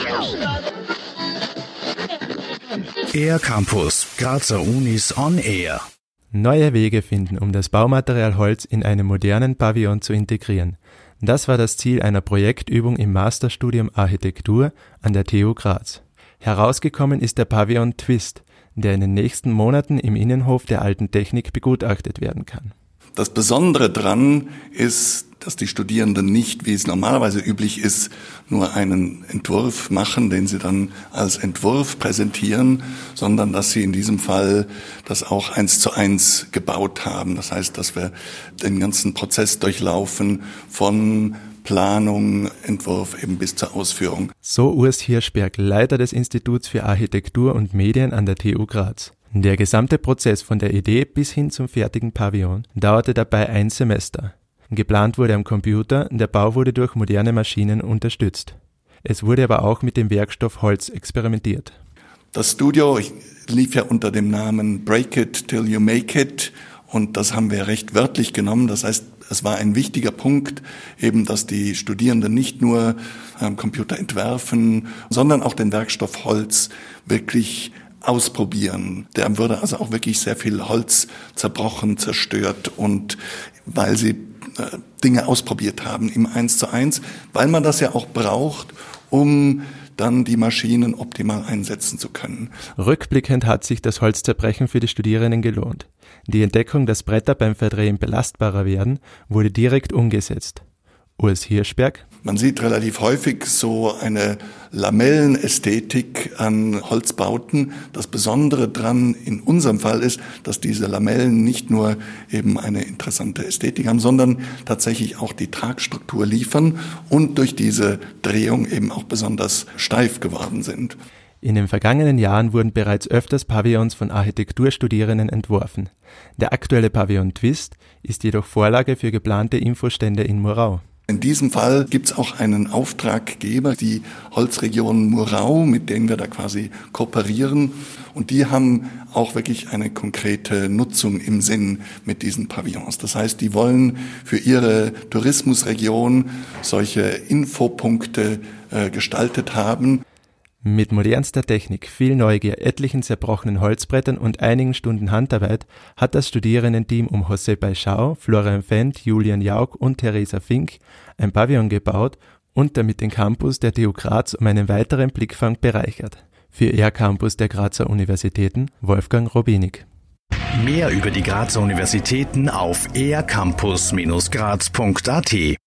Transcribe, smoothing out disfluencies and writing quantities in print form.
Air Campus, Grazer Unis on Air. Neue Wege finden, um das Baumaterial Holz in einen modernen Pavillon zu integrieren. Das war das Ziel einer Projektübung im Masterstudium Architektur an der TU Graz. Herausgekommen ist der Pavillon Twist, der in den nächsten Monaten im Innenhof der Alten Technik begutachtet werden kann. Das Besondere dran ist, dass die Studierenden nicht, wie es normalerweise üblich ist, nur einen Entwurf machen, den sie dann als Entwurf präsentieren, sondern dass sie in diesem Fall das auch 1:1 gebaut haben. Das heißt, dass wir den ganzen Prozess durchlaufen von Planung, Entwurf eben bis zur Ausführung. So Urs Hirschberg, Leiter des Instituts für Architektur und Medien an der TU Graz. Der gesamte Prozess von der Idee bis hin zum fertigen Pavillon dauerte dabei 1 Semester. Geplant wurde am Computer, der Bau wurde durch moderne Maschinen unterstützt. Es wurde aber auch mit dem Werkstoff Holz experimentiert. Das Studio lief ja unter dem Namen Break It Till You Make It und das haben wir recht wörtlich genommen. Das heißt, es war ein wichtiger Punkt, eben, dass die Studierenden nicht nur am Computer entwerfen, sondern auch den Werkstoff Holz wirklich ausprobieren. Da würde also auch wirklich sehr viel Holz zerbrochen, zerstört und weil sie Dinge ausprobiert haben im 1:1, weil man das ja auch braucht, um dann die Maschinen optimal einsetzen zu können. Rückblickend hat sich das Holzzerbrechen für die Studierenden gelohnt. Die Entdeckung, dass Bretter beim Verdrehen belastbarer werden, wurde direkt umgesetzt. Urs Hirschberg. Man sieht relativ häufig so eine Lamellenästhetik an Holzbauten. Das Besondere dran in unserem Fall ist, dass diese Lamellen nicht nur eben eine interessante Ästhetik haben, sondern tatsächlich auch die Tragstruktur liefern und durch diese Drehung eben auch besonders steif geworden sind. In den vergangenen Jahren wurden bereits öfters Pavillons von Architekturstudierenden entworfen. Der aktuelle Pavillon Twist ist jedoch Vorlage für geplante Infostände in Murau. In diesem Fall gibt es auch einen Auftraggeber, die Holzregion Murau, mit denen wir da quasi kooperieren. Und die haben auch wirklich eine konkrete Nutzung im Sinn mit diesen Pavillons. Das heißt, die wollen für ihre Tourismusregion solche Infopunkte gestaltet haben. Mit modernster Technik, viel Neugier, etlichen zerbrochenen Holzbrettern und einigen Stunden Handarbeit hat das Studierendenteam um José Baixao, Florian Fendt, Julian Jauch und Theresa Fink ein Pavillon gebaut und damit den Campus der TU Graz um einen weiteren Blickfang bereichert. Für Air Campus der Grazer Universitäten Wolfgang Robinik. Mehr über die Grazer Universitäten auf aircampus-graz.at